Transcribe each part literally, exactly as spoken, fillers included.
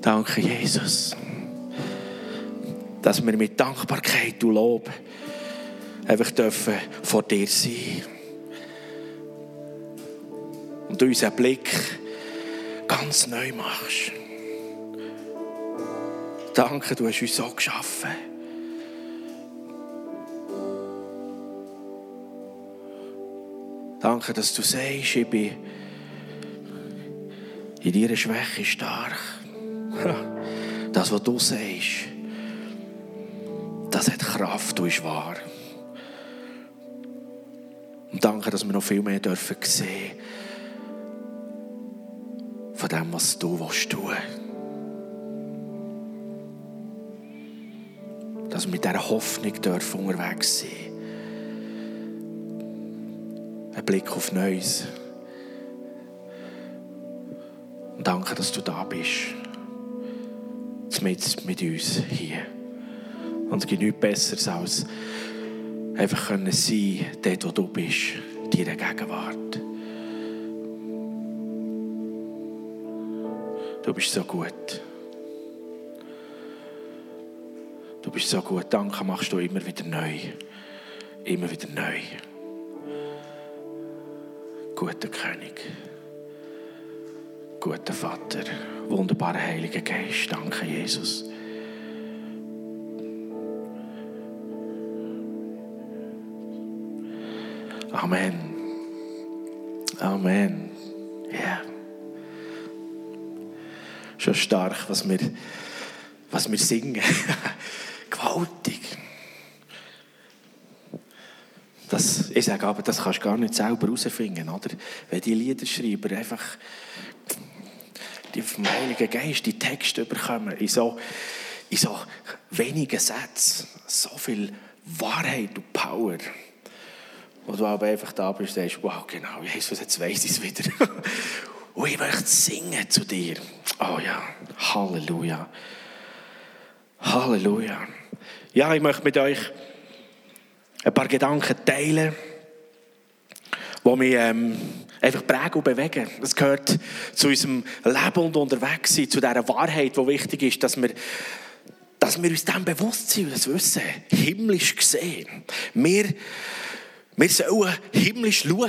Danke, Jesus, dass wir mit Dankbarkeit und Lob einfach dürfen vor dir sein. Und du unseren Blick ganz neu machst. Danke, du hast uns so geschaffen. Danke, dass du sagst, ich bin in deiner Schwäche stark. Das, was du sagst, das hat Kraft und ist wahr. Und danke, dass wir noch viel mehr dürfen sehen von dem, was du willst tun. Dass wir mit dieser Hoffnung dürfen unterwegs sein. Ein Blick auf Neues. Und danke, dass du da bist. Mit, mit uns hier. Und es gibt nichts Besseres als einfach können sein, dort wo du bist, deine Gegenwart. Du bist so gut. Du bist so gut. Danke machst du immer wieder neu. Immer wieder neu. Guter König. Guter Vater. Wunderbarer Heiliger Geist. Danke, Jesus. Amen. Amen. Ja. Yeah. Schon stark, was wir, was wir singen. Gewaltig. Das, ich sage aber, das kannst du gar nicht selber herausfinden, oder? Wenn die Liederschreiber einfach die vom Heiligen Geist die Texte bekommen, in so, in so wenigen Sätzen, so viel Wahrheit und Power. Wo du aber einfach da bist und sagst, wow, genau, Jesus, jetzt weiss ich es wieder. Und ich möchte singen zu dir. Oh ja, Halleluja. Halleluja. Ja, ich möchte mit euch ein paar Gedanken teilen, die mich ähm, einfach prägen und bewegen. Es gehört zu unserem Leben und Unterwegssein, zu dieser Wahrheit, die wichtig ist, dass wir, dass wir uns dem bewusst sind und das wissen, himmlisch gesehen. Wir, wir sollen himmlisch schauen.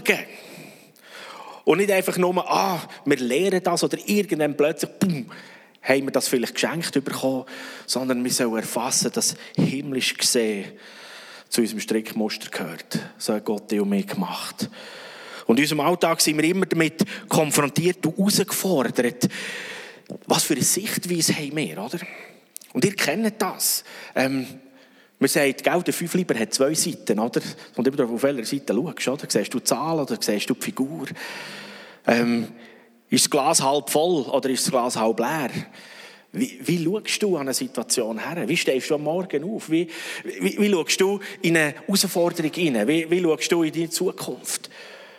Und nicht einfach nur, ah, wir lernen das oder irgendwann plötzlich, boom, haben wir das vielleicht geschenkt bekommen, sondern wir sollen erfassen, dass himmlisch gesehen zu unserem Strickmuster gehört. So hat Gott dich und mich gemacht. Und in unserem Alltag sind wir immer damit konfrontiert und herausgefordert. Was für eine Sichtweise haben wir, oder? Und ihr kennt das. Ähm, man sagt, gell, der Fünfliber hat zwei Seiten, oder? Und immer auf welcher Seite schaust, oder? Siehst du die Zahl oder siehst du die Figur? Ähm, ist das Glas halb voll oder ist das Glas halb leer? Wie, wie schaust du an eine Situation her? Wie stehst du am Morgen auf? Wie, wie, wie schaust du in eine Herausforderung hinein? Wie, wie schaust du in deine Zukunft?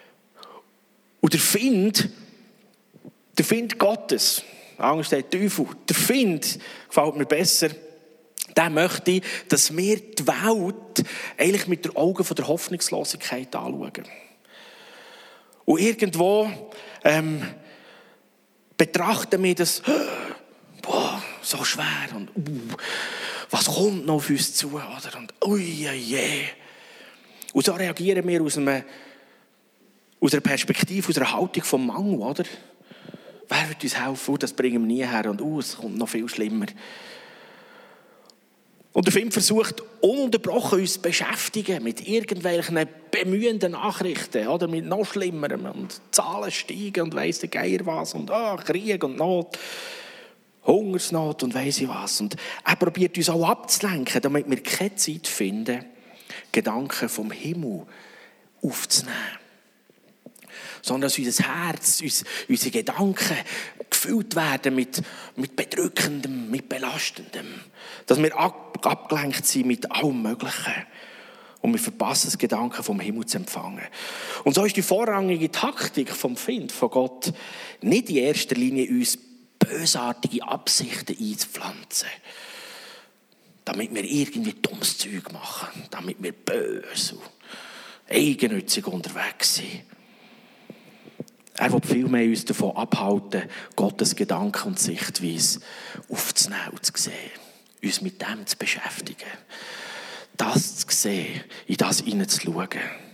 Und der Find, der Find Gottes, Angst der Teufel, der Find gefällt mir besser, der möchte, dass wir die Welt eigentlich mit den Augen von der Hoffnungslosigkeit anschauen. Und irgendwo ähm, betrachten wir das, boah, so schwer und uh, was kommt noch auf uns zu, oder? Und ui, je. Und so reagieren wir aus, einem, aus einer Perspektive, aus einer Haltung vom Mangel, oder? Wer wird uns helfen? Oh, das bringen wir nie her und uh, es kommt noch viel schlimmer. Und der Film versucht ununterbrochen uns zu beschäftigen mit irgendwelchen bemühenden Nachrichten, oder mit noch Schlimmerem und Zahlen steigen und weiss der Geier was und oh, Krieg und Not, Hungersnot und weiss ich was. Und er probiert uns auch abzulenken, damit wir keine Zeit finden, Gedanken vom Himmel aufzunehmen. Sondern dass unser Herz, unsere Gedanken gefüllt werden mit, mit Bedrückendem, mit Belastendem. Dass wir ab, abgelenkt sind mit allem Möglichen. Und wir verpassen das Gedanken vom Himmel zu empfangen. Und so ist die vorrangige Taktik vom Find von Gott nicht in erster Linie uns bösartige Absichten einzupflanzen. Damit wir irgendwie dummes Zeug machen. Damit wir böse und eigennützig unterwegs sind. Er will vielmehr uns davon abhalten, Gottes Gedanken und Sichtweise aufzunehmen und zu sehen. Uns mit dem zu beschäftigen. Das zu sehen, in das hineinzuschauen.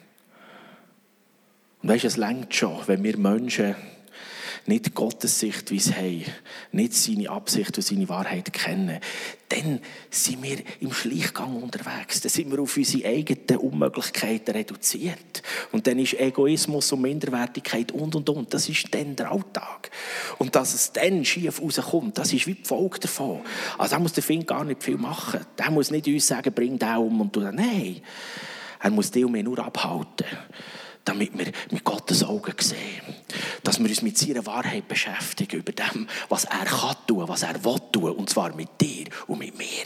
Und weisst, es reicht schon, wenn wir Menschen nicht Gottes Sichtweise haben, nicht seine Absicht und seine Wahrheit kennen, dann sind wir im Schleichgang unterwegs. Dann sind wir auf unsere eigenen Unmöglichkeiten reduziert. Und dann ist Egoismus und Minderwertigkeit und, und, und. Das ist dann der Alltag. Und dass es dann schief rauskommt, das ist wie die Folge davon. Also da muss der Find gar nicht viel machen. Der muss nicht uns sagen, bring den um und du dann. Nein, er muss die und mir nur abhalten, damit wir mit Gottes Augen sehen. Dass wir uns mit seiner Wahrheit beschäftigen, über dem, was er kann tun, was er will tun, und zwar mit dir und mit mir.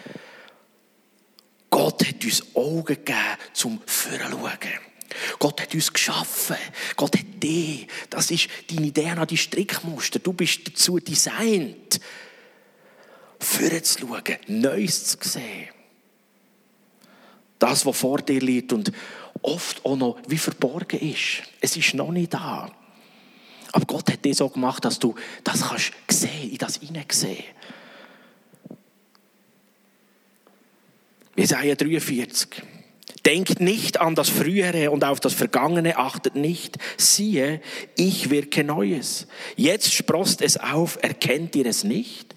Gott hat uns Augen gegeben, zum Vorzuschauen. Gott hat uns geschaffen. Gott hat dich. Das ist deine D N A, die Strickmuster. Du bist dazu designt, vorzuschauen, Neues zu sehen. Das, was vor dir liegt und oft auch noch wie verborgen ist. Es ist noch nicht da. Aber Gott hat dich so gemacht, dass du das kannst sehen, in das hineinsehen. Jesaja dreiundvierzig. Denkt nicht an das Frühere und auf das Vergangene achtet nicht. Siehe, ich wirke Neues. Jetzt sproßt es auf, erkennt ihr es nicht?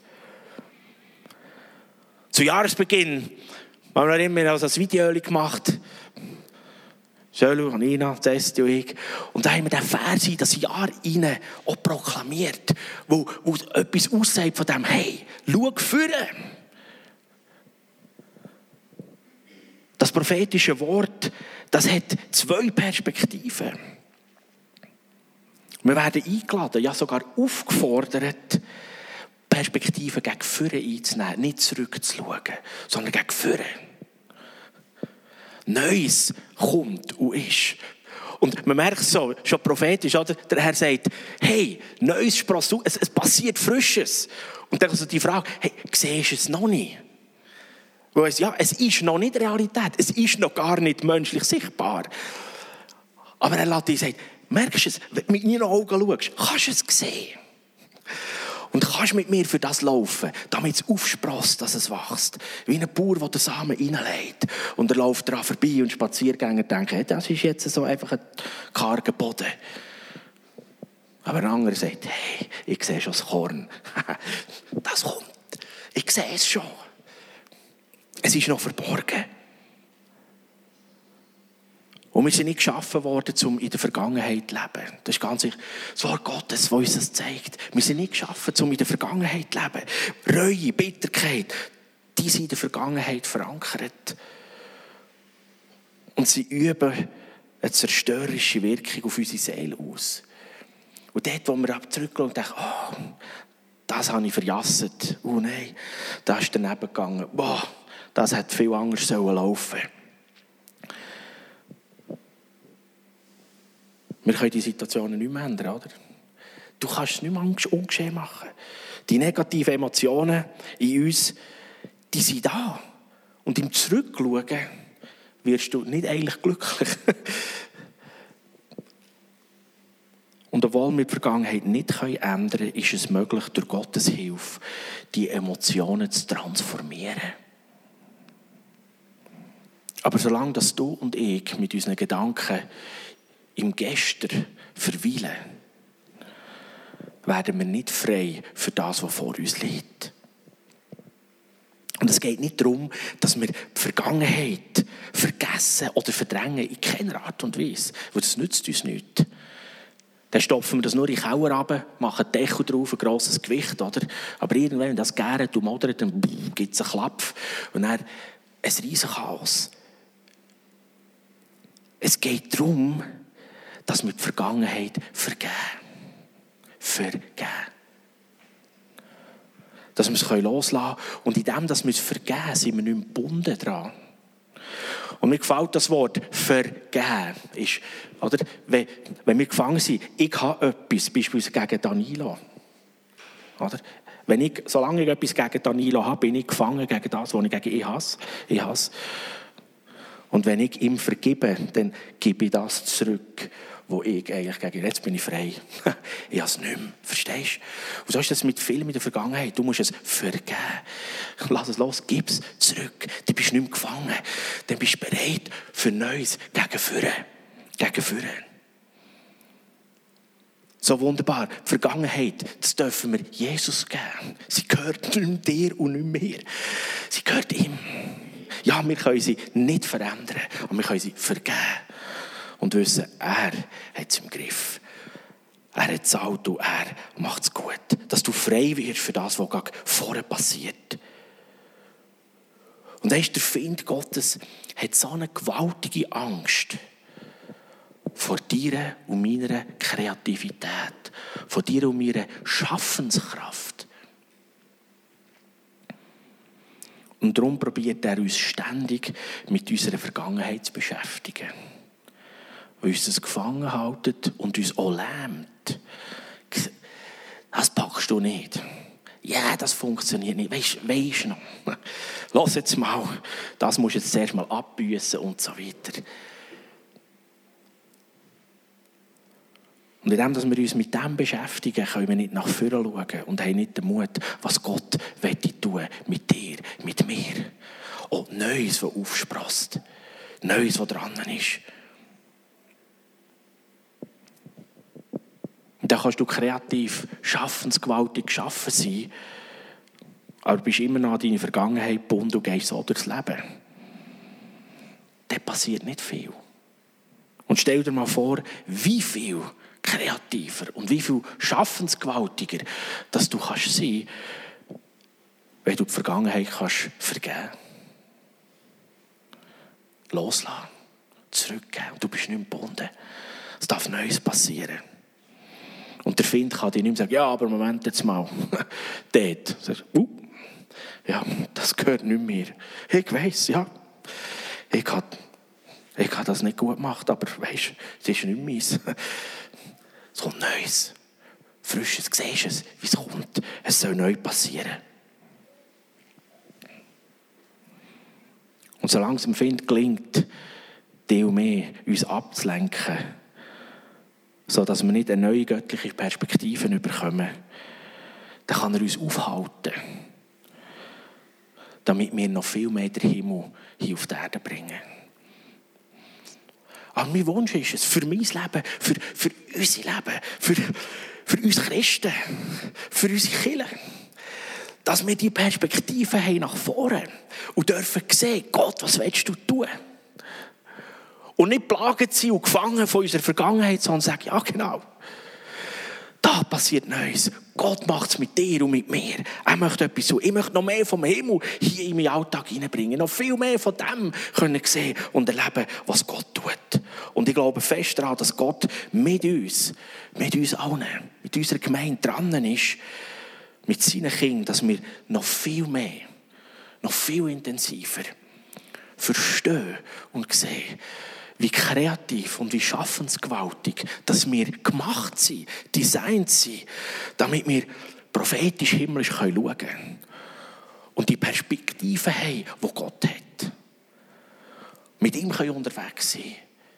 Zu Jahresbeginn haben wir immer also ein Video gemacht. Schölu, Nina, Cesti und ich. Und da haben wir den Vers in das Jahr hinein auch proklamiert, wo, wo etwas aussagt von dem, hey, schau vorne. Das prophetische Wort, das hat zwei Perspektiven. Wir werden eingeladen, ja sogar aufgefordert, Perspektiven gegen vorne einzunehmen, nicht zurückzuschauen, sondern gegen vorne. Neues kommt und ist. Und man merkt es so, schon prophetisch, oder? Der Herr sagt, hey, Neues sproßt du, es, es passiert Frisches. Und dann also die Frage, hey, siehst du es noch nicht? Weil es, ja, es ist noch nicht Realität, es ist noch gar nicht menschlich sichtbar. Aber er lässt dich sagen, merkst du es, wenn du mit meinen Augen schaust, kannst du es sehen. Und kannst mit mir für das laufen, damit es aufsprost, dass es wächst. Wie ein Bauer, der den Samen reinlegt. Und er läuft daran vorbei und Spaziergänger denken, hey, das ist jetzt so einfach ein karger Boden. Aber ein anderer sagt, hey, ich sehe schon das Korn. Das kommt. Ich sehe es schon. Es ist noch verborgen. Und wir sind nicht geschaffen worden, um in der Vergangenheit zu leben. Das ist ganz sicher das Wort Gottes, das uns das zeigt. Wir sind nicht geschaffen, um in der Vergangenheit zu leben. Reue, Bitterkeit, die sind in der Vergangenheit verankert. Und sie üben eine zerstörerische Wirkung auf unsere Seele aus. Und dort, wo wir zurückschauen und denken, oh, das habe ich verjasset. Oh nein, das ist daneben gegangen. Boah, das hätte viel anders laufen sollen. Wir können die Situationen nicht mehr ändern, oder? Du kannst es nicht mehr ungeschehen machen. Die negativen Emotionen in uns, die sind da. Und im Zurückschauen wirst du nicht eigentlich glücklich. Und obwohl wir die Vergangenheit nicht ändern können, ist es möglich, durch Gottes Hilfe die Emotionen zu transformieren. Aber solange dass du und ich mit unseren Gedanken im Gestern verweilen, werden wir nicht frei für das, was vor uns liegt. Und es geht nicht darum, dass wir die Vergangenheit vergessen oder verdrängen, in keiner Art und Weise, weil das nützt uns nichts. Dann stopfen wir das nur in den Keller runter, machen einen Deckel drauf, ein grosses Gewicht, oder? Aber irgendwann, wenn das gärt und modert, dann gibt es einen Klapp und dann ein riesen Chaos. Es geht darum, dass wir die Vergangenheit vergeben. Vergeben. Dass wir es loslassen können. Und in dem, dass wir es vergeben, sind wir nicht mehr gebunden daran. Und mir gefällt das Wort vergeben. Ist, oder, wenn, wenn wir gefangen sind, ich habe etwas, beispielsweise gegen Danilo. Oder? Wenn ich, solange ich etwas gegen Danilo habe, bin ich gefangen gegen das, was ich gegen ihn hasse. Ich hasse. Und wenn ich ihm vergebe, dann gebe ich das zurück, wo ich eigentlich gegen, jetzt bin ich frei. Ich habe es nicht mehr. Verstehst du? Und so ist das mit Filmen in der Vergangenheit. Du musst es vergeben. Lass es los, gib es zurück. Du bist nicht mehr gefangen. Dann bist du bereit für Neues gegen Führen. Gegen Führen. So wunderbar. Die Vergangenheit, das dürfen wir Jesus geben. Sie gehört nicht dir und nicht mir. Sie gehört ihm. Ja, wir können sie nicht verändern, aber wir können sie vergeben. Und wissen, er hat es im Griff. Er hat es alt und er macht es gut. Dass du frei wirst für das, was gerade vorher passiert. Und dann ist der Feind Gottes, hat so eine gewaltige Angst vor dir und meiner Kreativität, vor dir und meiner Schaffenskraft. Und darum probiert er uns ständig mit unserer Vergangenheit zu beschäftigen. Weil uns das gefangen hält und uns auch lähmt. Das packst du nicht. Ja, das funktioniert nicht. Weisst du noch? Lass jetzt mal. Das musst du jetzt zuerst mal abbüssen und so weiter. Und indem dass wir uns mit dem beschäftigen, können wir nicht nach vorne schauen und haben nicht den Mut, was Gott tun will mit dir, mit mir. Und Neues, das aufsprost. Neues, das dran ist. Und dann kannst du kreativ, schaffensgewaltig geschaffen sein, aber bist immer noch an deine Vergangenheit gebunden und gehst so durchs Leben. Dann passiert nicht viel. Und stell dir mal vor, wie viel kreativer und wie viel schaffensgewaltiger dass du kannst sein, wenn du die Vergangenheit kannst vergeben. Loslassen, zurückgeben. Du bist nicht mehr gebunden. Es darf Neues passieren. Und der Feind kann dir nicht mehr sagen, ja, aber Moment jetzt mal. Dort. Uh, ja, das gehört nicht mehr. Ich weiss, ja. Ich habe ich hab das nicht gut gemacht, aber weisst, es ist nicht meins. Es kommt Neues. Frisches, siehst du es, wie es kommt. Es soll neu passieren. Und solange es dem Feind gelingt, die und mehr uns abzulenken, sodass wir nicht eine neue göttliche Perspektive bekommen, dann kann er uns aufhalten, damit wir noch viel mehr den Himmel hier auf die Erde bringen. Aber mein Wunsch ist es, für mein Leben, für, für unser Leben, für, für uns Christen, für unsere Kirche, dass wir die Perspektive haben nach vorne und dürfen sehen, Gott, was willst du tun? Und nicht plagt sein und gefangen von unserer Vergangenheit, sondern sagen, ja genau, da passiert Neues. Gott macht es mit dir und mit mir. Er möchte etwas so. Ich möchte noch mehr vom Himmel hier in meinen Alltag hineinbringen. Noch viel mehr von dem können sehen und erleben, was Gott tut. Und ich glaube fest daran, dass Gott mit uns, mit uns allen, mit unserer Gemeinde dran ist, mit seinen Kindern, dass wir noch viel mehr, noch viel intensiver verstehen und sehen, wie kreativ und wie schaffensgewaltig, dass wir gemacht sind, designt sind, damit wir prophetisch himmlisch schauen können und die Perspektive haben, die Gott hat. Mit ihm können wir unterwegs sein.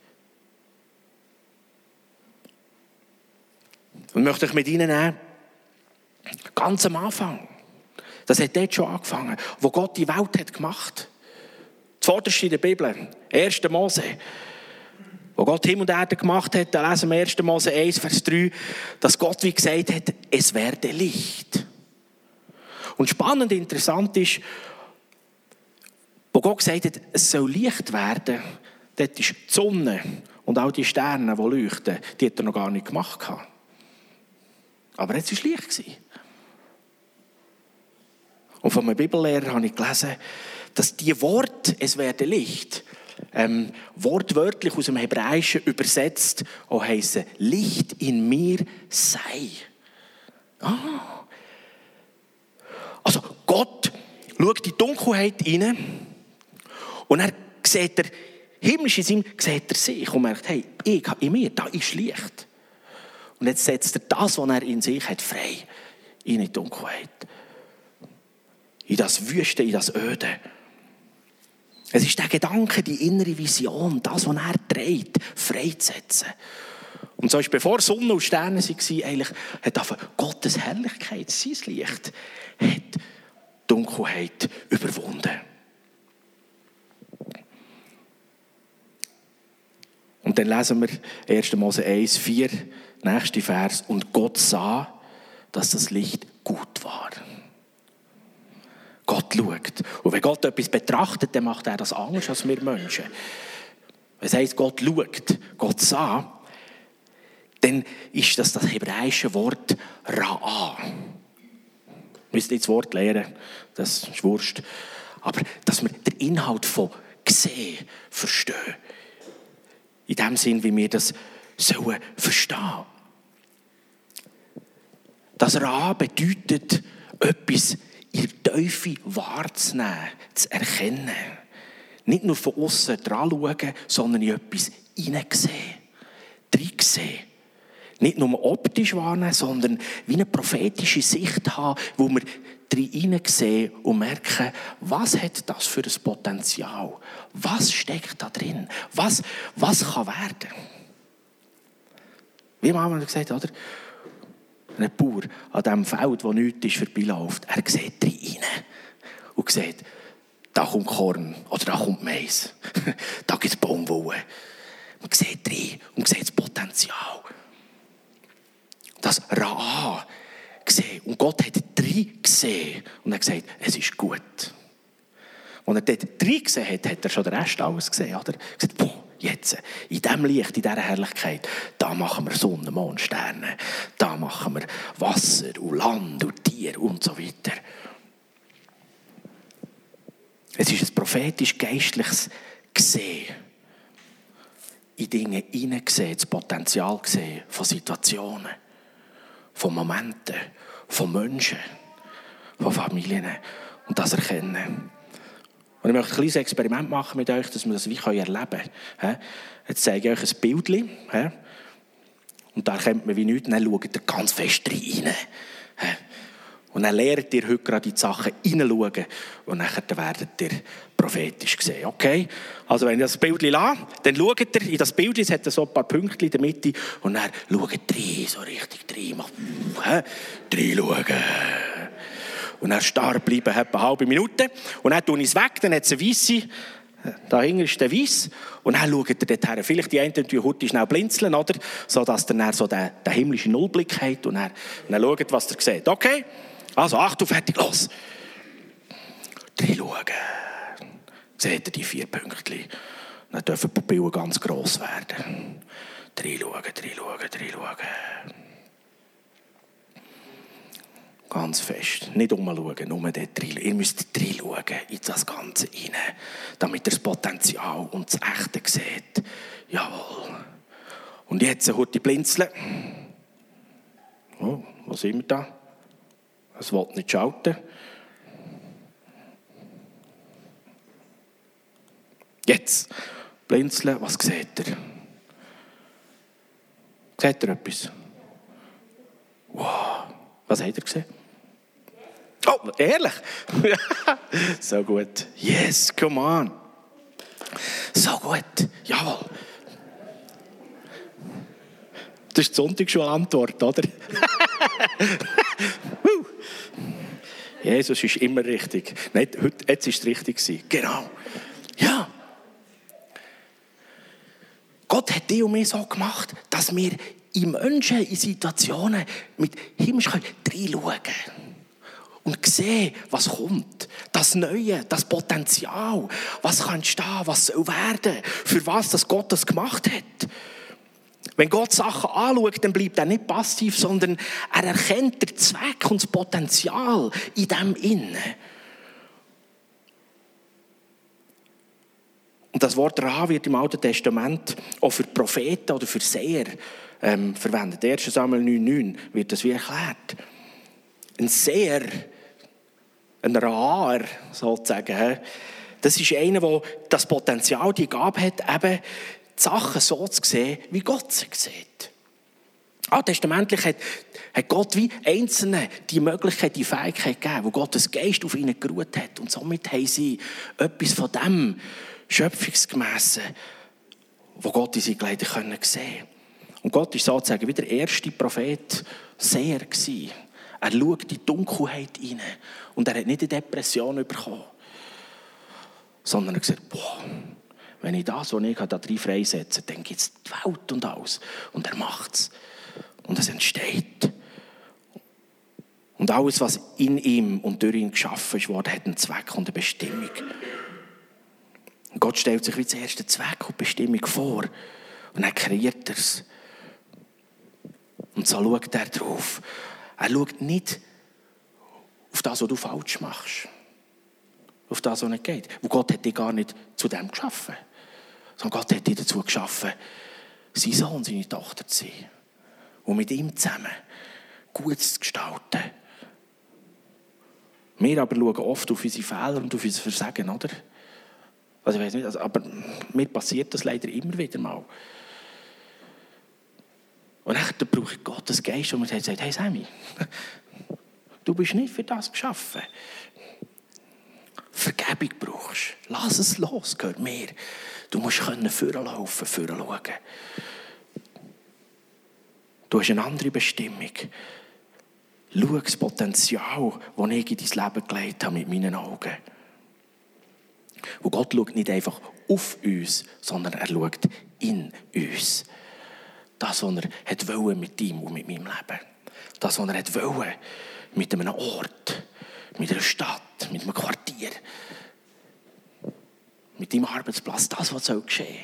Und möchte ich mit Ihnen nehmen, ganz am Anfang, das hat dort schon angefangen, wo Gott die Welt hat gemacht. Zuvorderst in der Bibel, erster Mose, wo Gott Himmel und Erde gemacht hat, da lesen wir erster Mose eins, Vers drei, dass Gott wie gesagt hat, es werde Licht. Und spannend, interessant ist, wo Gott gesagt hat, es soll Licht werden, dort ist die Sonne und all die Sterne, die leuchten, die hat er noch gar nicht gemacht. Aber jetzt war es Licht. Und von einem Bibellehrer habe ich gelesen, dass die Wort, es werde Licht, ähm, wortwörtlich aus dem Hebräischen übersetzt auch heissen, Licht in mir sei. Ah. Also Gott schaut in die Dunkelheit hinein und er sieht er, himmlisch in ihm sieht er sich und merkt, hey, ich in mir, da ist Licht. Und jetzt setzt er das, was er in sich hat, frei in die Dunkelheit. In das Wüste, in das Öde. Es ist der Gedanke, die innere Vision, das, was er trägt, freizusetzen. Und so ist, bevor Sonne und Sterne waren, eigentlich hat einfach Gottes Herrlichkeit, sein Licht, hat Dunkelheit überwunden. Und dann lesen wir erster Mose eins, vier, nächste Vers. Und Gott sah, dass das Licht gut war. Gott schaut. Und wenn Gott etwas betrachtet, dann macht er das anders als wir Menschen. Es heisst, Gott schaut, Gott sah, dann ist das das hebräische Wort Ra'a. Wir müssen nicht das Wort lernen, das ist Wurst. Aber dass wir den Inhalt von «gesehen» verstehen. In dem Sinn, wie wir das sollen verstehen. Das Ra bedeutet, etwas in der Tiefe wahrzunehmen, zu erkennen. Nicht nur von außen dran schauen, sondern in etwas hineinsehen, reinsehen. Nicht nur optisch wahrnehmen, sondern wie eine prophetische Sicht haben, wo wir hineinsehen und merken, was hat das für ein Potenzial? Was steckt da drin? Was, was kann werden? Wie man gesagt hat, oder? Ein Bauer an diesem Feld, wo nichts ist, vorbeiläuft, er sieht rein und sieht, da kommt Korn oder da kommt Mais, da gibt es Baumwolle. Man sieht rein und sieht das Potenzial. Das Ra'a gesehen. Und Gott hat rein gesehen und hat gesagt, es ist gut. Als er dort rein gesehen hat, hat er schon den Rest alles gesehen. Oder? Er hat gesagt, boah, jetzt, in diesem Licht, in dieser Herrlichkeit, da machen wir Sonne, Mond, Sterne, da machen wir Wasser und Land und Tier und so weiter. Es ist ein prophetisch-geistliches Gesehen. In Dinge hineingesehen, das Potenzial gesehen von Situationen, von Momenten, von Menschen, von Familien und das erkennen. Und ich möchte ein kleines Experiment machen mit euch, dass wir das wie erleben können. Jetzt zeige ich euch ein Bildchen. Und da erkennt man wie nichts, und dann schaut ihr ganz fest rein. Und dann lernt ihr heute gerade in die Sachen hineinschauen und dann werdet ihr prophetisch sehen. Okay? Also wenn ich das Bildchen lasse, dann schaut ihr in das Bildchen, es hat so ein paar Pünktchen in der Mitte und dann schaut ihr rein, so richtig rein, macht rein schauen. Und dann starr bleiben, etwa eine halbe Minute. Und dann tue ich es weg, dann hat es eine weisse, da hinten ist der Weiss. Und dann schaut ihr dort her. Vielleicht die einen tun heute schnell blinzeln, oder? Sodass ihr dann so den, den himmlischen Nullblick habt und dann, dann schaut, was ihr seht. Okay? Also, Achtung, fertig, los. Drei schauen. Seht ihr die vier Pünktchen? Dann dürfen die Pupillen ganz gross werden. Drei schauen, drei schauen, drei schauen. Ganz fest. Nicht umschauen, nur dort rein. Ihr müsst reinschauen in das Ganze rein, damit ihr das Potenzial und das Echte seht. Jawohl. Und jetzt heute blinzeln. Oh, wo sind wir da? Es will nicht schalten. Jetzt blinzeln, was seht ihr? Seht ihr etwas? Wow, was habt ihr gesehen? Oh, ehrlich? So gut. Yes, come on. So gut, jawohl. Das ist die Sonntagsschule-Antwort, oder? Jesus ist immer richtig. Nein, heute, jetzt war es richtig. Genau. Ja. Gott hat dich und mich so gemacht, dass wir in Menschen, in Situationen mit himmlisch reinschauen können. Und sehen, was kommt. Das Neue, das Potenzial. Was kann entstehen, was soll werden. Für was das Gott das gemacht hat. Wenn Gott Sachen anschaut, dann bleibt er nicht passiv, sondern er erkennt den Zweck und das Potenzial in dem Innen. Und das Wort Ra wird im Alten Testament auch für Propheten oder für Seher ähm, verwendet. erster Samuel neun neun wird das wie erklärt. Ein Seher, ein Ra'er sozusagen, das ist einer, der das Potenzial, die Gabe hat, eben die Sachen so zu sehen, wie Gott sie sieht. Alttestamentlich hat, hat Gott wie Einzelne die Möglichkeit, die Fähigkeit gegeben, wo Gottes Geist auf ihnen geruht hat. Und somit haben sie etwas von dem Schöpfungsgemässen, wo Gott in sie geleitet können sehen. Und Gott ist sozusagen wie der erste Prophet Seher gewesen. Er schaut in die Dunkelheit hinein und er hat nicht eine Depression bekommen, sondern er hat gesagt, boah, wenn ich das, was ich da drin freisetze, dann gibt es die Welt und alles. Und er macht es. Und es entsteht. Und alles, was in ihm und durch ihn geschaffen ist worden, hat einen Zweck und eine Bestimmung. Und Gott stellt sich wie zuerst den Zweck und die Bestimmung vor. Und dann kreiert er es. Und so schaut er drauf. Er schaut nicht auf das, was du falsch machst. Auf das, was nicht geht. Und Gott hat dich gar nicht zu dem geschaffen. Sondern Gott hat dich dazu geschaffen, sein Sohn, seine Tochter zu sein. Und mit ihm zusammen Gutes zu gestalten. Wir aber schauen oft auf unsere Fehler und auf unser Versagen, oder? Also ich weiß nicht, also, aber mir passiert das leider immer wieder mal. Und dann brauche ich Gottes Geist, und mir sagt, hey Sammy, du bist nicht für das geschaffen. Vergebung brauchst. Lass es los, gehört mir. Du musst vorlaufen, vorschauen. Du hast eine andere Bestimmung. Schau das Potenzial, das ich in dein Leben gelegt habe mit meinen Augen. Und Gott schaut nicht einfach auf uns, sondern er schaut in uns. Das, was er wollte mit ihm und mit meinem Leben. Das, was er wollte mit einem Ort, mit einer Stadt, mit einem Quartier, mit deinem Arbeitsplatz. Das, was soll geschehen.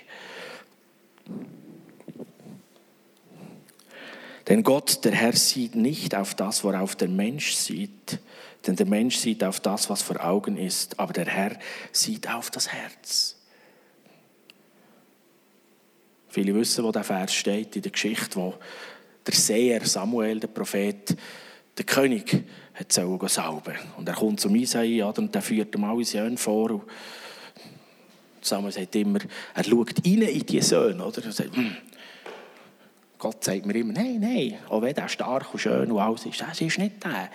Denn Gott, der Herr, sieht nicht auf das, worauf der Mensch sieht. Denn der Mensch sieht auf das, was vor Augen ist. Aber der Herr sieht auf das Herz. Viele wissen, wo der Vers steht in der Geschichte, wo der Seher Samuel, der Prophet, der König, hat salben sollen. Und er kommt zum Isai und der führt ihm alle Söhne vor. Und Samuel sagt immer, er schaut rein in die Söhne. Oder? Er sagt, hm. Gott sagt mir immer, nein, nein, auch wenn der stark und schön und alles ist, das ist nicht der.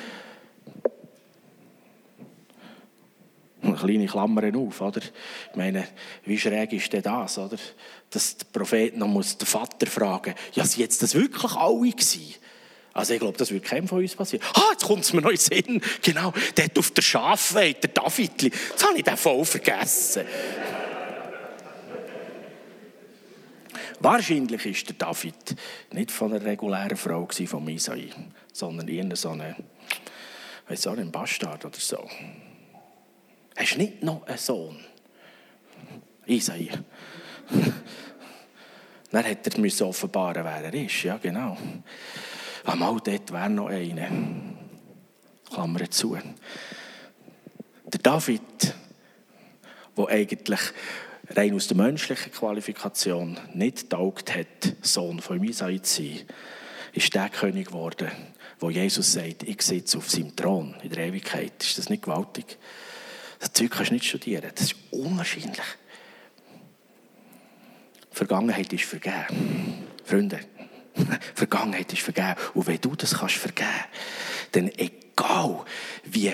Eine kleine Klammern auf, oder? Ich meine, wie schräg ist denn das, oder? Dass der Prophet noch muss den Vater fragen, ja, sind jetzt das wirklich alle gewesen? Also ich glaube, das würde keinem von uns passieren. Ah, jetzt kommt es mir noch in den Sinn. Genau, der hat auf der Schafweide, der Davidli, jetzt habe ich den voll vergessen. Wahrscheinlich war der David nicht von einer regulären Frau von Isai, sondern irgendeine so eine, weiss auch, ein Bastard oder so. Hast du nicht noch einen Sohn? Isai. Dann hätte er müssen offenbaren, wer er ist. Ja, genau. Einmal dort wäre noch einer. Klammer zu. Der David, der eigentlich rein aus der menschlichen Qualifikation nicht getaugt hat, Sohn von Isai zu sein, ist der König geworden, wo Jesus sagt, ich sitze auf seinem Thron in der Ewigkeit. Ist das nicht gewaltig? Das Zeug kannst du nicht studieren. Das ist unwahrscheinlich. Vergangenheit ist vergeben. Freunde, Vergangenheit ist vergeben. Und wenn du das kannst vergeben, dann egal wie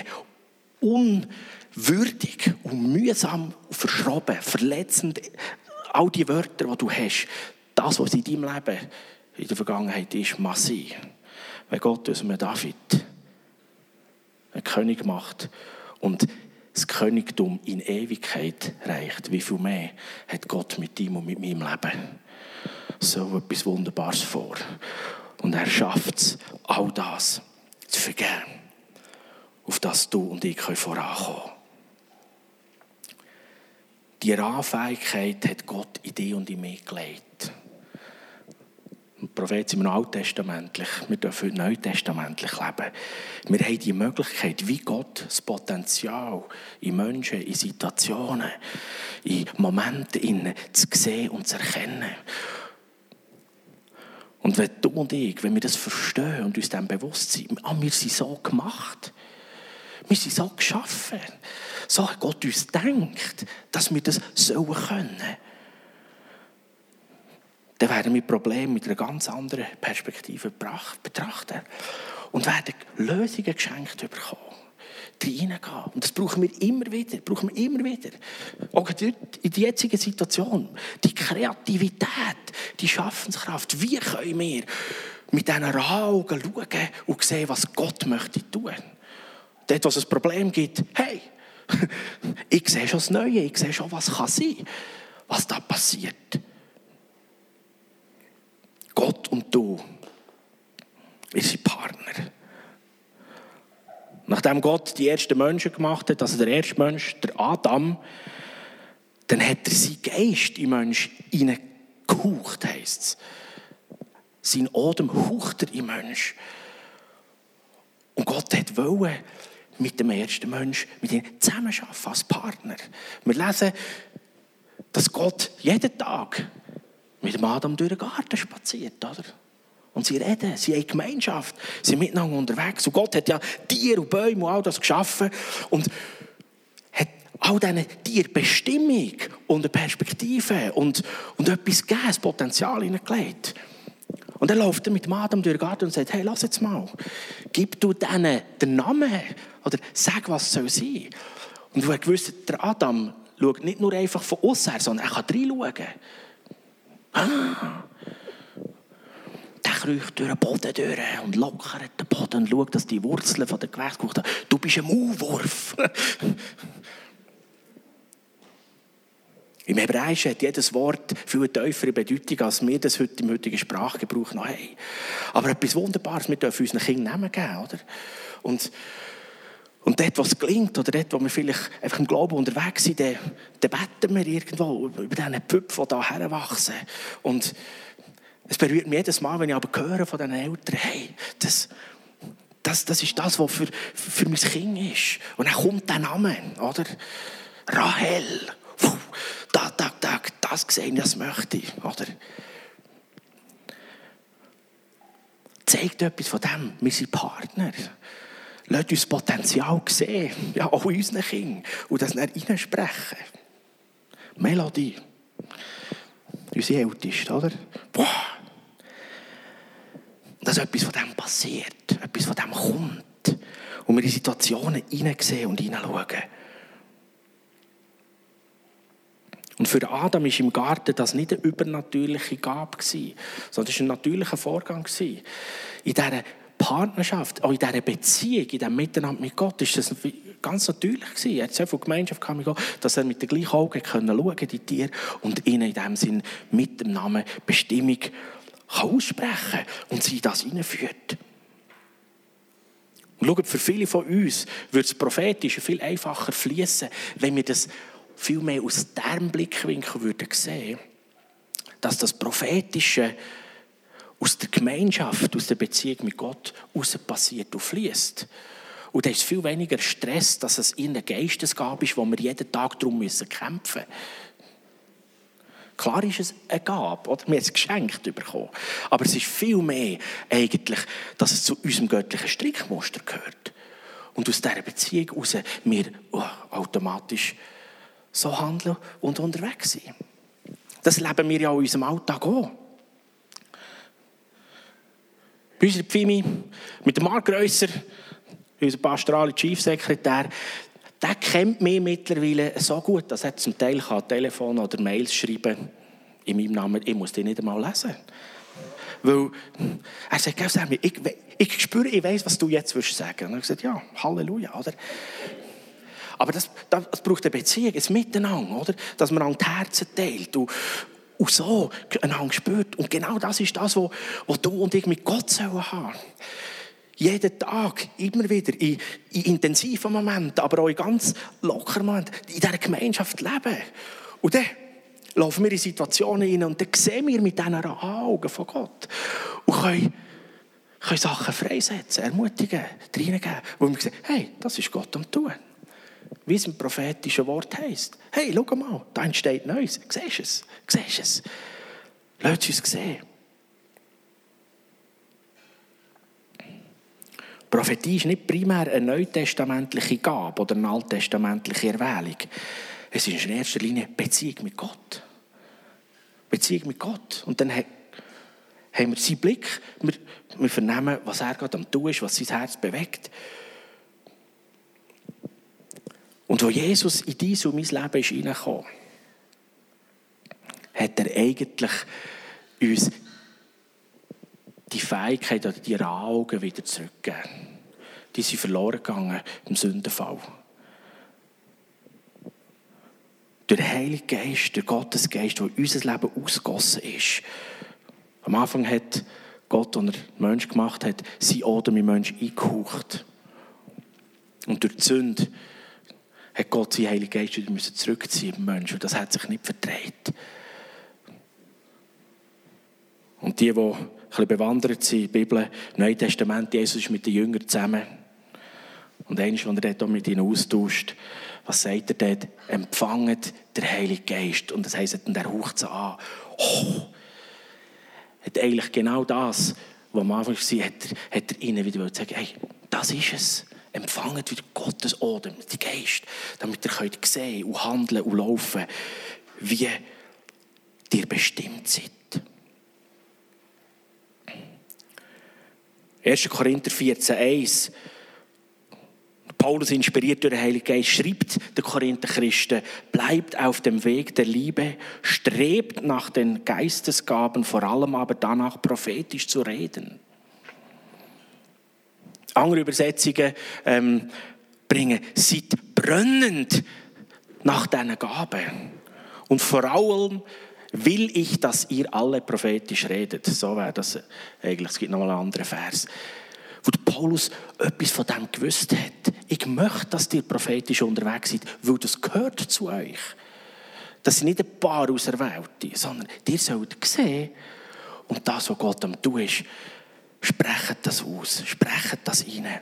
unwürdig und mühsam, verschroben, verletzend, all die Wörter, die du hast, das, was in deinem Leben in der Vergangenheit ist, mag sein. Wenn Gott aus einem David einen König macht und das Königtum in Ewigkeit reicht, wie viel mehr hat Gott mit ihm und mit meinem Leben so etwas Wunderbares vor. Und er schafft es, all das zu vergeben, auf das du und ich vorankommen können. Die Rahmenfähigkeit hat Gott in dich und in mich gelegt. Die Propheten sind noch alttestamentlich, wir dürfen neutestamentlich leben. Wir haben die Möglichkeit, wie Gott das Potenzial in Menschen, in Situationen, in Momenten zu sehen und zu erkennen. Und wenn du und ich, wenn wir das verstehen und uns dem bewusst sind, ah, wir sind so gemacht, wir sind so geschaffen, so hat Gott uns gedacht, dass wir das sollen können, dann werden wir Probleme mit einer ganz anderen Perspektive betrachten und werden Lösungen geschenkt bekommen. Reingehen. Und das brauchen wir immer wieder, brauchen wir immer wieder. Auch in der jetzigen Situation. Die Kreativität, die Schaffenskraft. Wie können wir mit diesen Augen schauen und sehen, was Gott möchte tun? Dort, wo es ein Problem gibt, hey, ich sehe schon das Neue, ich sehe schon, was kann sein, was da passiert. Gott und du, wir sind Partner. Nachdem Gott die ersten Menschen gemacht hat, also der erste Mensch, der Adam, dann hat er seinen Geist in den Menschen hineingehaucht, heisst es. Sein Odem haucht er in den Menschen. Und Gott wollte mit dem ersten Menschen mit ihm zusammenarbeiten als Partner. Wir lesen, dass Gott jeden Tag mit dem Adam durch den Garten spaziert, oder? Und sie reden, sie haben Gemeinschaft, sie sind miteinander unterwegs. Und Gott hat ja Tiere und Bäume und all das geschaffen und hat all diesen Tieren Bestimmung und eine Perspektive und, und etwas gegeben, das Potenzial hineingelegt. Und dann läuft er mit dem Adam durch den Garten und sagt, hey, lass jetzt mal, gib du denen den Namen oder sag, was soll sein. Und du hast gewusst, der Adam schaut nicht nur einfach von außen her, sondern er kann reinschauen. Ah. Der kriecht durch den Boden durch und lockert den Boden und schaut, dass die Wurzeln von der Gewächse gekocht haben. Du bist ein Maulwurf. Im Hebräischen hat jedes Wort viel tiefere Bedeutung, als wir das heute im heutigen Sprachgebrauch noch haben. Aber etwas Wunderbares, wir dürfen unseren Kindern Namen geben, oder? Und, und dort, wo es gelingt, oder dort, wo wir vielleicht einfach im Glauben unterwegs sind, dann, dann beten wir irgendwo über diese Püpfe, die hier heranwachsen. Und es berührt mich jedes Mal, wenn ich aber höre von diesen Eltern, hey, das, das, das ist das, was für, für mein Kind ist. Und dann kommt der Name, oder? Rahel. Puh, da, da, da, das sehen, das möchte ich, oder? Zeigt etwas von dem, wir sind Partner. Lasst uns Potenzial sehen, ja, auch in unseren Kindern, und das dann reinsprechen. Melodie. Unsere Älteste, oder? Boah. Dass etwas von dem passiert, etwas von dem kommt. Und wir in Situationen hineinsehen und hineinschauen. Und für Adam war im Garten das nicht eine übernatürliche Gabe, sondern es war ein natürlicher Vorgang. In dieser Partnerschaft, auch in dieser Beziehung, in diesem Miteinander mit Gott, war das ganz natürlich. Er hat so viel Gemeinschaft gehabt, dass er mit den gleichen Augen schauen konnte, die Tiere, und ihnen in diesem Sinn mit dem Namen Bestimmung aussprechen und sie das hineinführt. Und schaut, für viele von uns würde das Prophetische viel einfacher fließen, wenn wir das viel mehr aus diesem Blickwinkel würden sehen, dass das Prophetische aus der Gemeinschaft, aus der Beziehung mit Gott heraus passiert und fließt. Und da ist viel weniger Stress, dass es in der Geistesgabe ist, wo wir jeden Tag darum müssen kämpfen müssen. Klar ist es eine Gabe, oder? Wir haben es geschenkt bekommen. Aber es ist viel mehr eigentlich, dass es zu unserem göttlichen Strickmuster gehört. Und aus dieser Beziehung heraus wir oh, automatisch so handeln und unterwegs sind. Das leben wir ja in unserem Alltag auch. Bei unserer Pfimi, mit dem Marc Grösser, unser pastorale Chiefsekretär, der kennt mich mittlerweile so gut, dass er zum Teil kann Telefon oder Mails schreiben in meinem Namen. Ich muss die nicht einmal lesen. Weil er sagt, Sammy, ich, ich spüre, ich weiss, was du jetzt willst sagen. Und er sagt, ja, Halleluja, oder? Aber das, das braucht eine Beziehung, ein Miteinander, oder? Dass man an die Herzen teilt und, und so einander spürt. Und genau das ist das, was, was du und ich mit Gott haben sollen. Jeden Tag, immer wieder, in, in intensiven Momenten, aber auch in ganz lockeren Momenten, in dieser Gemeinschaft leben. Und dann laufen wir in Situationen hinein und dann sehen wir mit diesen Augen von Gott und können, können Sachen freisetzen, ermutigen, reingeben, wo wir sehen, hey, das ist Gott am Tun. Wie es im prophetischen Wort heisst. Hey, schau mal, da entsteht Neues. Siehst du es? Siehst du es? Lass uns sehen. Prophetie ist nicht primär eine neutestamentliche Gabe oder eine alttestamentliche Erwählung. Es ist in erster Linie Beziehung mit Gott. Beziehung mit Gott. Und dann haben wir seinen Blick, wir, wir vernehmen, was er gerade am tun ist, was sein Herz bewegt. Und wo Jesus in dein und mein Leben ist hineingekommen, hat er eigentlich uns die Fähigkeit oder die Augen wieder zurückgegeben. Die sind verloren gegangen im Sündenfall. Durch den Heiligen Geist, durch Gottes Geist, der in unser Leben ausgegossen ist. Am Anfang hat Gott, als er den Menschen gemacht hat, sein Odem im Menschen eingehaucht. Und durch die Sünde hat Gott seinen Heiligen Geist wieder zurückziehen im Menschen. Und das hat sich nicht verdreht. Und die, die ein bisschen bewandert sind, die Bibel, im Neuen Testament, Jesus ist mit den Jüngern zusammen. Und eines, als er dort mit ihnen austauscht, was sagt er dort? Empfanget den Heiligen Geist. Und das heisst, und er haucht sie an. Oh! Hat eigentlich genau das, was am Anfang war, hat er, hat er ihnen wieder gesagt, hey, das ist es. Empfanget wieder Gottes Odem, den Geist, damit ihr könnt sehen und handeln und laufen, wie ihr bestimmt seid. erster Korinther vierzehn eins. Paulus, inspiriert durch den Heiligen Geist, schreibt den Korinther Christen, bleibt auf dem Weg der Liebe, strebt nach den Geistesgaben, vor allem aber danach prophetisch zu reden. Andere Übersetzungen ähm, bringen, seid brennend nach diesen Gaben. Und vor allem will ich, dass ihr alle prophetisch redet. So wäre das eigentlich. Es gibt noch mal einen anderen Vers. Wo Paulus etwas von dem gewusst hat. Ich möchte, dass ihr prophetisch unterwegs seid, weil das gehört zu euch. Das sind nicht ein paar Auserwählte, sondern ihr sollt sehen, und das, was Gott am tun ist, sprecht das aus, sprecht das rein.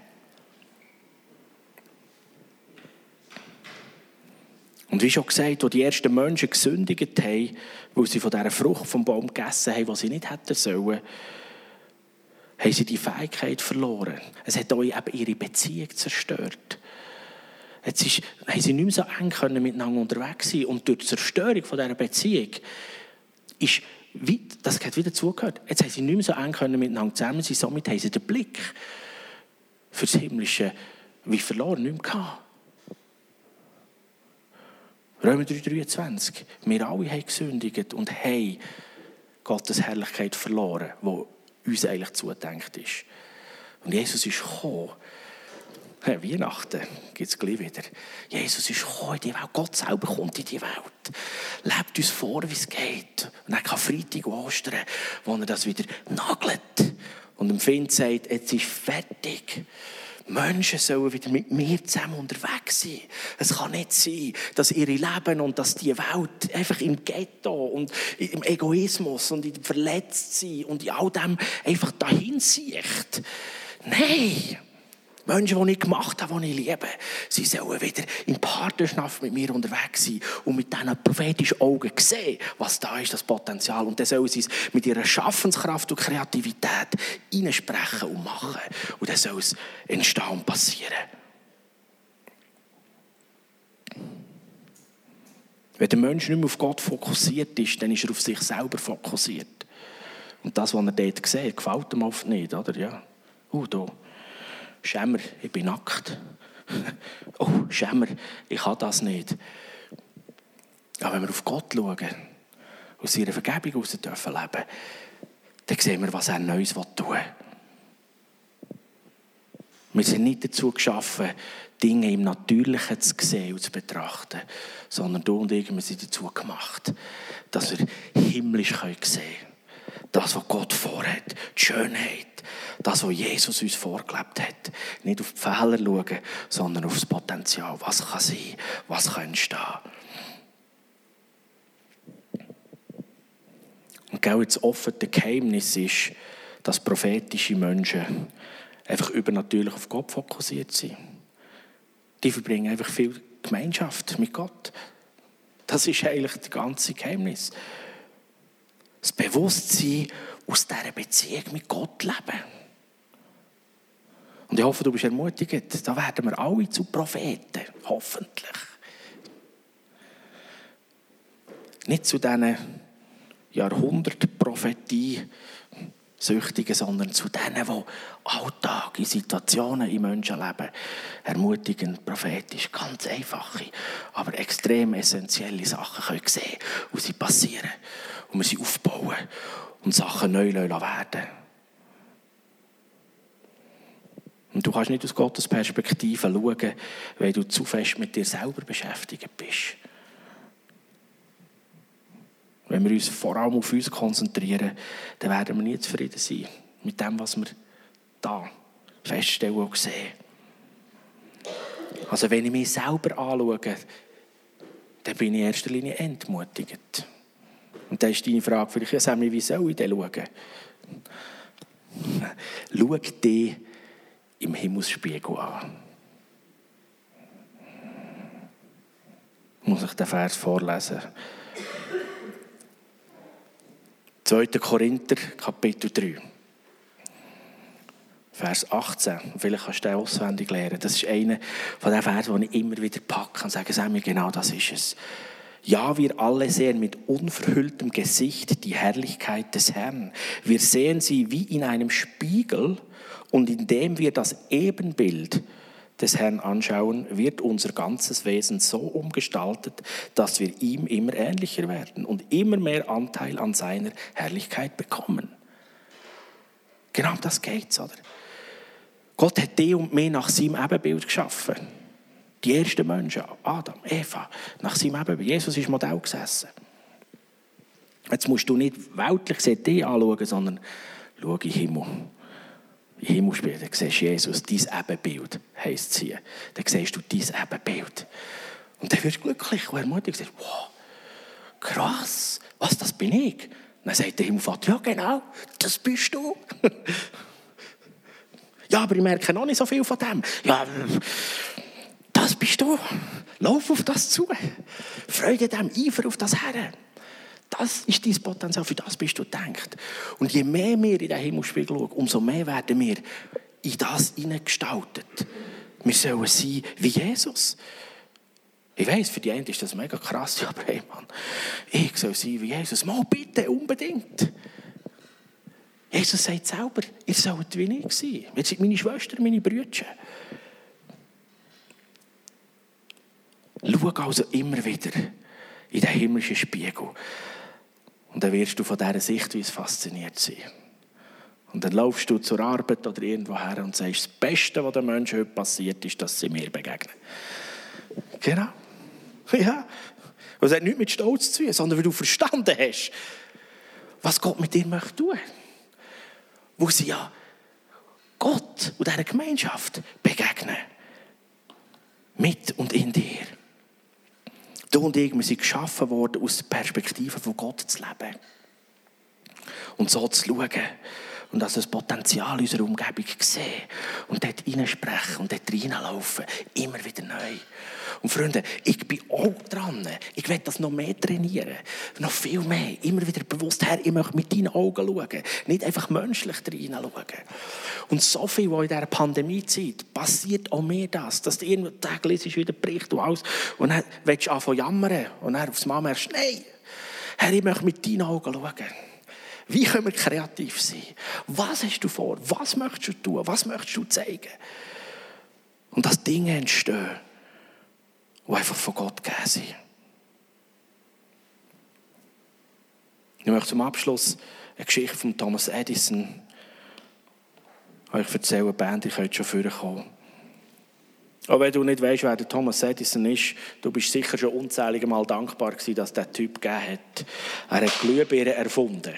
Und wie schon gesagt, als die ersten Menschen gesündigt haben, weil sie von dieser Frucht vom Baum gegessen haben, die sie nicht hätten sollen, haben sie die Fähigkeit verloren. Es hat euch eben ihre Beziehung zerstört. Jetzt ist, haben sie nicht mehr so eng können miteinander unterwegs sein. Und durch die Zerstörung von dieser Beziehung ist, wie, das hat wieder zugehört, jetzt haben sie nicht mehr so eng können miteinander zusammen sein. Somit haben sie den Blick für das Himmlische wie verloren, nicht mehr gehabt. Römer drei dreiundzwanzig. Wir alle haben gesündigt und haben Gottes Herrlichkeit verloren, die uns eigentlich zugedenkt ist. Und Jesus ist gekommen. Ja, Weihnachten gibt es gleich wieder. Jesus ist gekommen in die Welt. Gott selber kommt in die Welt. Lebt uns vor, wie es geht. Und dann kann Freitag und Ostern, wo er das wieder nagelt. Und dem Find sagt, jetzt ist fertig. Menschen sollen wieder mit mir zusammen unterwegs sein. Es kann nicht sein, dass ihre Leben und dass die Welt einfach im Ghetto und im Egoismus und im Verletztsein und in all dem einfach dahin sieht. Nein! Menschen, die ich gemacht habe, die ich liebe, sie sollen wieder in Partnerschaft mit mir unterwegs sein und mit diesen prophetischen Augen sehen, was da ist, das Potenzial. Und dann sollen sie es mit ihrer Schaffenskraft und Kreativität hineinsprechen und machen. Und dann soll es entstehen und passieren. Wenn der Mensch nicht mehr auf Gott fokussiert ist, dann ist er auf sich selber fokussiert. Und das, was er dort sieht, gefällt ihm oft nicht, oder? Ja. Uh, da. Schämer, ich bin nackt. Oh, Schämer, ich kann das nicht. Aber wenn wir auf Gott schauen, aus seiner Vergebung heraus dürfen leben, dann sehen wir, was er Neues tun will. Wir sind nicht dazu geschaffen, Dinge im Natürlichen zu sehen und zu betrachten, sondern du und ich, wir sind dazu gemacht, dass wir himmlisch sehen können. Das, was Gott vorhat, die Schönheit, das, was Jesus uns vorgelebt hat. Nicht auf die Fehler schauen, sondern auf das Potenzial. Was kann sein, was kann entstehen. Und genau das offene Geheimnis ist, dass prophetische Menschen einfach übernatürlich auf Gott fokussiert sind. Die verbringen einfach viel Gemeinschaft mit Gott. Das ist eigentlich das ganze Geheimnis. Das Bewusstsein aus dieser Beziehung mit Gott leben. Und ich hoffe, du bist ermutigt. Da werden wir alle zu Propheten. Hoffentlich. Nicht zu diesen Jahrhundert-Prophetie Süchtigen, sondern zu denen, die Alltag in Situationen im Menschenleben ermutigend, prophetisch, ganz einfache, aber extrem essentielle Sachen können sehen und sie passieren. Und wir sie aufbauen und Sachen neu werden. Und du kannst nicht aus Gottes Perspektive schauen, weil du zu fest mit dir selber beschäftigt bist. Wenn wir uns vor allem auf uns konzentrieren, dann werden wir nie zufrieden sein mit dem, was wir da feststellen und sehen. Also wenn ich mich selber anschaue, dann bin ich in erster Linie entmutigt. Und dann ist deine Frage vielleicht, ja, Sammy, wie soll ich denn schauen? Schau dich im Himmelsspiegel an. Muss ich den Vers vorlesen? zweiter Korinther, Kapitel drei. Vers achtzehn. Vielleicht kannst du den auswendig lernen. Das ist einer von den Versen, die ich immer wieder packe und sage, sag mir, genau das ist es. Ja, wir alle sehen mit unverhülltem Gesicht die Herrlichkeit des Herrn. Wir sehen sie wie in einem Spiegel und indem wir das Ebenbild des Herrn anschauen, wird unser ganzes Wesen so umgestaltet, dass wir ihm immer ähnlicher werden und immer mehr Anteil an seiner Herrlichkeit bekommen. Genau um das geht's, oder? Gott hat dich und mich nach seinem Ebenbild geschaffen. Die ersten Menschen, Adam, Eva, nach seinem Ebenbild. Jesus ist Modell gesessen. Jetzt musst du nicht weltlich dich anschauen, sondern schau in den Himmel. Im Himmelsspiel, dann siehst du Jesus, dein Ebenbild, heisst es hier. Dann siehst du dein Ebenbild. Und dann wirst du glücklich und ermutigt und sagst, wow, krass, was, das bin ich? Und dann sagt der Himmelvater, ja genau, das bist du. Ja, aber ich merke noch nicht so viel von dem. Ja, das bist du. Lauf auf das zu. Freude dem, Eifer auf das her. Das ist dein Potenzial, für das bist du gedacht. Und je mehr wir in den Himmelsspiegel schauen, umso mehr werden wir in das hineingestaltet. Wir sollen sein wie Jesus. Ich weiss, für die einen ist das mega krass, aber hey Mann, ich soll sein wie Jesus. Mal bitte, unbedingt. Jesus sagt selber, ihr sollt wie ich sein. Jetzt sind meine Schwestern, meine Brüder. Schau also immer wieder in den himmlischen Spiegel. Und dann wirst du von dieser Sichtweise fasziniert sein. Und dann laufst du zur Arbeit oder irgendwo her und sagst, das Beste, was den Menschen heute passiert, ist, dass sie mir begegnen. Genau. Ja. Und das hat nichts mit Stolz zu tun, sondern weil du verstanden hast, was Gott mit dir möchte tun. Wo sie ja Gott und dieser Gemeinschaft begegnen. Mit und in dir. Du und ich, wir sind geschaffen worden, aus der Perspektive von Gott zu leben. Und so zu schauen. Und also das Potenzial unserer Umgebung sehen. Und dort reinsprechen und dort reinlaufen. Immer wieder neu. Und Freunde, ich bin auch dran. Ich will das noch mehr trainieren. Noch viel mehr. Immer wieder bewusst, Herr, ich möchte mit deinen Augen schauen. Nicht einfach menschlich reinschauen. Und so viel, was in dieser Pandemiezeit passiert auch mir das. Dass du irgendwann Tag liest, wieder Bericht und alles. Und dann willst du anfangen zu jammern. Und dann aufs Mal merkst du, nein, Herr, ich möchte mit deinen Augen schauen. Wie können wir kreativ sein? Was hast du vor? Was möchtest du tun? Was möchtest du zeigen? Und dass Dinge entstehen, die einfach von Gott gegeben sind. Ich möchte zum Abschluss eine Geschichte von Thomas Edison euch erzählen. Die Band, ihr könnt schon vorkommen. Auch wenn du nicht weißt, wer der Thomas Edison ist, du bist sicher schon unzählige Mal dankbar gewesen, dass der Typ gegeben hat. Er hat Glühbirnen erfunden.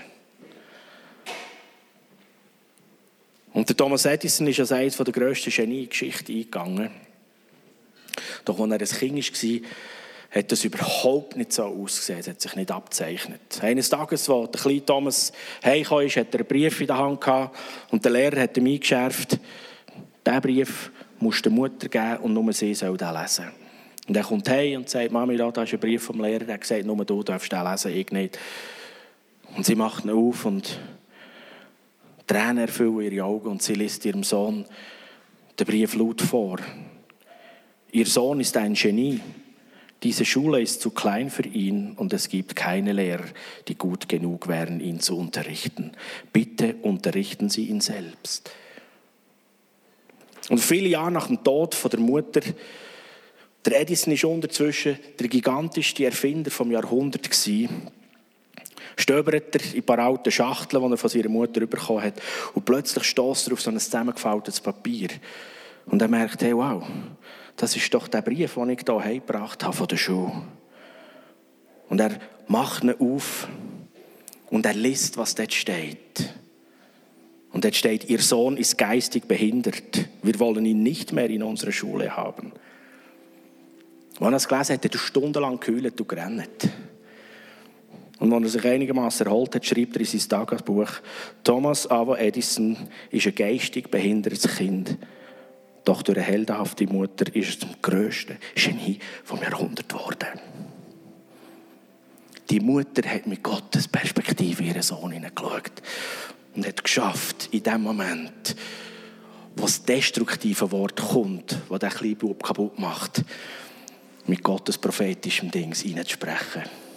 Und der Thomas Edison ist als eines der grössten Genie-Geschichten eingegangen. Doch als er ein Kind war, hat das überhaupt nicht so ausgesehen. Es hat sich nicht abgezeichnet. Eines Tages, als der kleine Thomas heimgekommen ist, hat er einen Brief in der Hand gehabt. Und der Lehrer hat ihm eingeschärft, diesen Brief musst du der Mutter geben und nur sie soll den lesen. Und er kommt heim und sagt, Mami, da ist ein Brief vom Lehrer. Er hat gesagt, nur du darfst den lesen, ich nicht. Und sie macht ihn auf und Tränen erfüllen ihre Augen und sie liest ihrem Sohn den Brief laut vor. Ihr Sohn ist ein Genie. Diese Schule ist zu klein für ihn und es gibt keine Lehrer, die gut genug wären, ihn zu unterrichten. Bitte unterrichten Sie ihn selbst. Und viele Jahre nach dem Tod von der Mutter, der Edison ist unterzwischen der gigantischste Erfinder vom Jahrhundert gewesen. Stöbert er in ein paar alten Schachteln, die er von seiner Mutter bekommen hat. Und plötzlich stößt er auf so ein zusammengefaltetes Papier. Und er merkt, hey, wow, das ist doch der Brief, den ich hier heimgebracht habe von der Schule. Und er macht ihn auf und er liest, was dort steht. Und dort steht, Ihr Sohn ist geistig behindert. Wir wollen ihn nicht mehr in unserer Schule haben. Als er das gelesen hat, hat er stundenlang gekühlt und gerannt. Und als er sich einigermaßen erholt hat, schreibt er in sein Tagebuch, Thomas Alva Edison ist ein geistig behindertes Kind. Doch durch eine heldenhafte Mutter ist er zum grössten Genie vom Jahrhundert geworden. Die Mutter hat mit Gottes Perspektive ihren Sohn hineingeschaut und hat geschafft, in dem Moment, wo das destruktive Wort kommt, das den kleinen Bub kaputt macht, mit Gottes prophetischem Dings hineinzusprechen.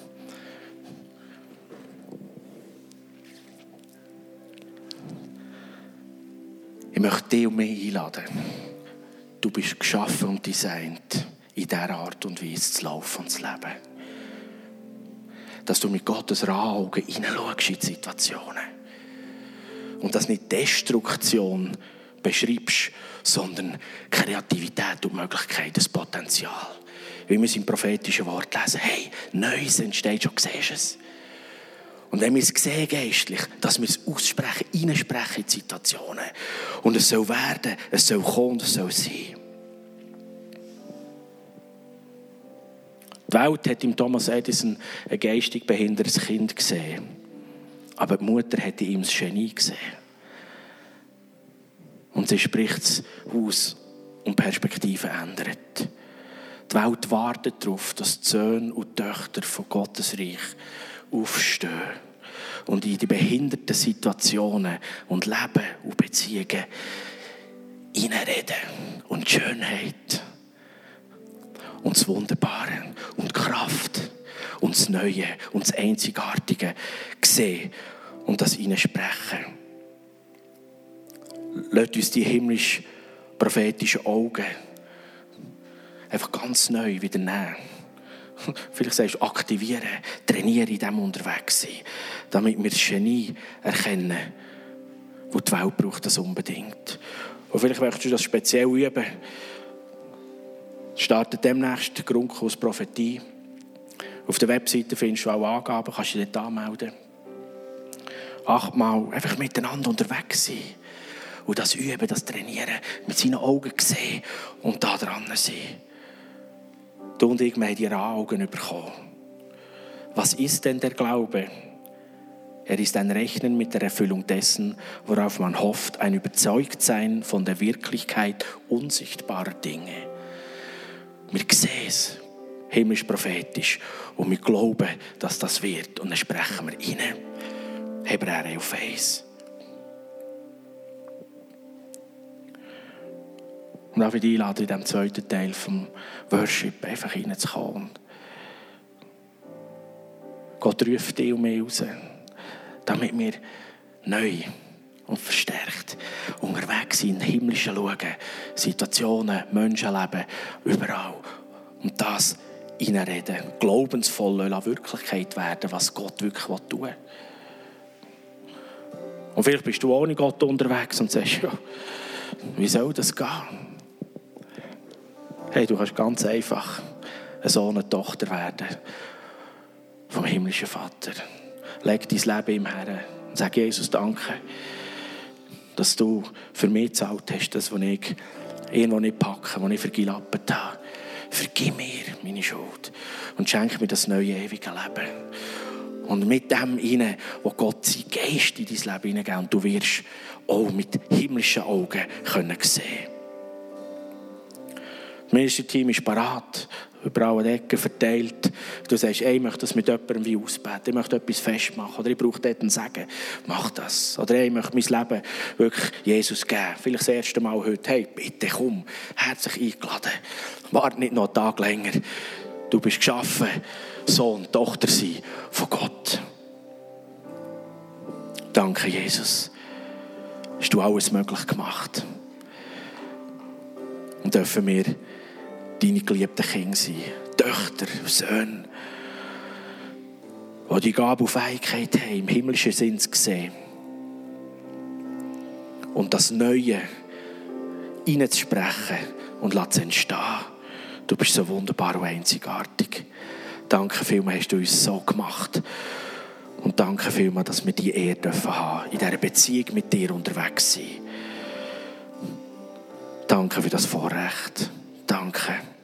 Ich möchte dich und mich einladen. Du bist geschaffen und designt, in dieser Art und Weise zu laufen und zu leben. Dass du mit Gottes Augen hineinschaust in die Situationen. Und dass nicht Destruktion beschreibst, sondern Kreativität und Möglichkeit, das Potenzial. Wie wir es im prophetischen Wort lesen, hey, Neues entsteht schon, siehst du es? Und wenn wir es sehen geistlich, dass wir es aussprechen, hineinsprechen in die Situationen. Und es soll werden, es soll kommen, es soll sein. Die Welt hat im Thomas Edison ein geistig behindertes Kind gesehen. Aber die Mutter hat in ihm das Genie gesehen. Und sie spricht es aus und Perspektiven ändert. Die Welt wartet darauf, dass die Söhne und die Töchter von Gottes Reich aufstehen und in die behinderten Situationen und Leben und Beziehungen hineinreden und die Schönheit und das Wunderbare und die Kraft und das Neue und das Einzigartige sehen und das hineinsprechen. Lasst uns die himmlisch-prophetischen Augen einfach ganz neu wieder nehmen. Vielleicht sagst du, aktivieren, trainieren, in dem unterwegs sein, damit wir das Genie erkennen, wo die Welt braucht das unbedingt. Und vielleicht möchtest du das speziell üben. Startet demnächst der Grundkurs Prophetie. Auf der Webseite findest du auch Angaben, kannst du dich dort anmelden. Achtmal einfach miteinander unterwegs sein. Und das üben, das trainieren, mit seinen Augen sehen und da dran sein. Du und ich, wir haben die Augen bekommen. Was ist denn der Glaube? Er ist ein Rechnen mit der Erfüllung dessen, worauf man hofft, ein Überzeugtsein von der Wirklichkeit unsichtbarer Dinge. Wir sehen es, himmlisch-prophetisch, und wir glauben, dass das wird. Und dann sprechen wir rein. Hebräer elf eins. Und auch wieder einladen, in diesem zweiten Teil vom Worship einfach reinzukommen. Gott ruft dich und mich raus, damit wir neu und verstärkt unterwegs sind, in den himmlischen schauen, Situationen, Menschenleben, überall. Und das hineinreden, glaubensvoll Wirklichkeit werden, was Gott wirklich tun will. Und vielleicht bist du ohne Gott unterwegs und sagst, ja, wie soll das gehen? Hey, du kannst ganz einfach ein Sohn, eine Tochter werden vom himmlischen Vater. Leg dein Leben ihm her und sag Jesus, danke, dass du für mich gezahlt hast, das, was ich irgendwo nicht packe, was ich vergilappt habe. Vergib mir meine Schuld und schenk mir das neue, ewige Leben. Und mit dem hinein, wo Gott sein Geist in dein Leben hineingeht, und du wirst auch mit himmlischen Augen können sehen. Das Ministerteam ist parat, überall an Ecken verteilt. Du sagst, ey, ich möchte das mit jemandem wie ausbeten, ich möchte etwas festmachen, oder ich brauche dort einen Segen, mach das. Oder ey, ich möchte mein Leben wirklich Jesus geben. Vielleicht das erste Mal heute, hey, bitte komm, herzlich eingeladen. Warte nicht noch einen Tag länger. Du bist geschaffen, Sohn, Tochter sein von Gott. Danke, Jesus. Hast du alles möglich gemacht. Und dürfen wir deine geliebten Kinder sein, Töchter, Söhne, die die Gabe und Fähigkeit haben, im himmlischen Sinn zu sehen. Und das Neue hineinzusprechen und zu entstehen. Du bist so wunderbar und einzigartig. Danke vielmals, hast du uns so gemacht. Und danke vielmals, dass wir die Ehre dürfen haben, in dieser Beziehung mit dir unterwegs sein. Danke für das Vorrecht. Danke.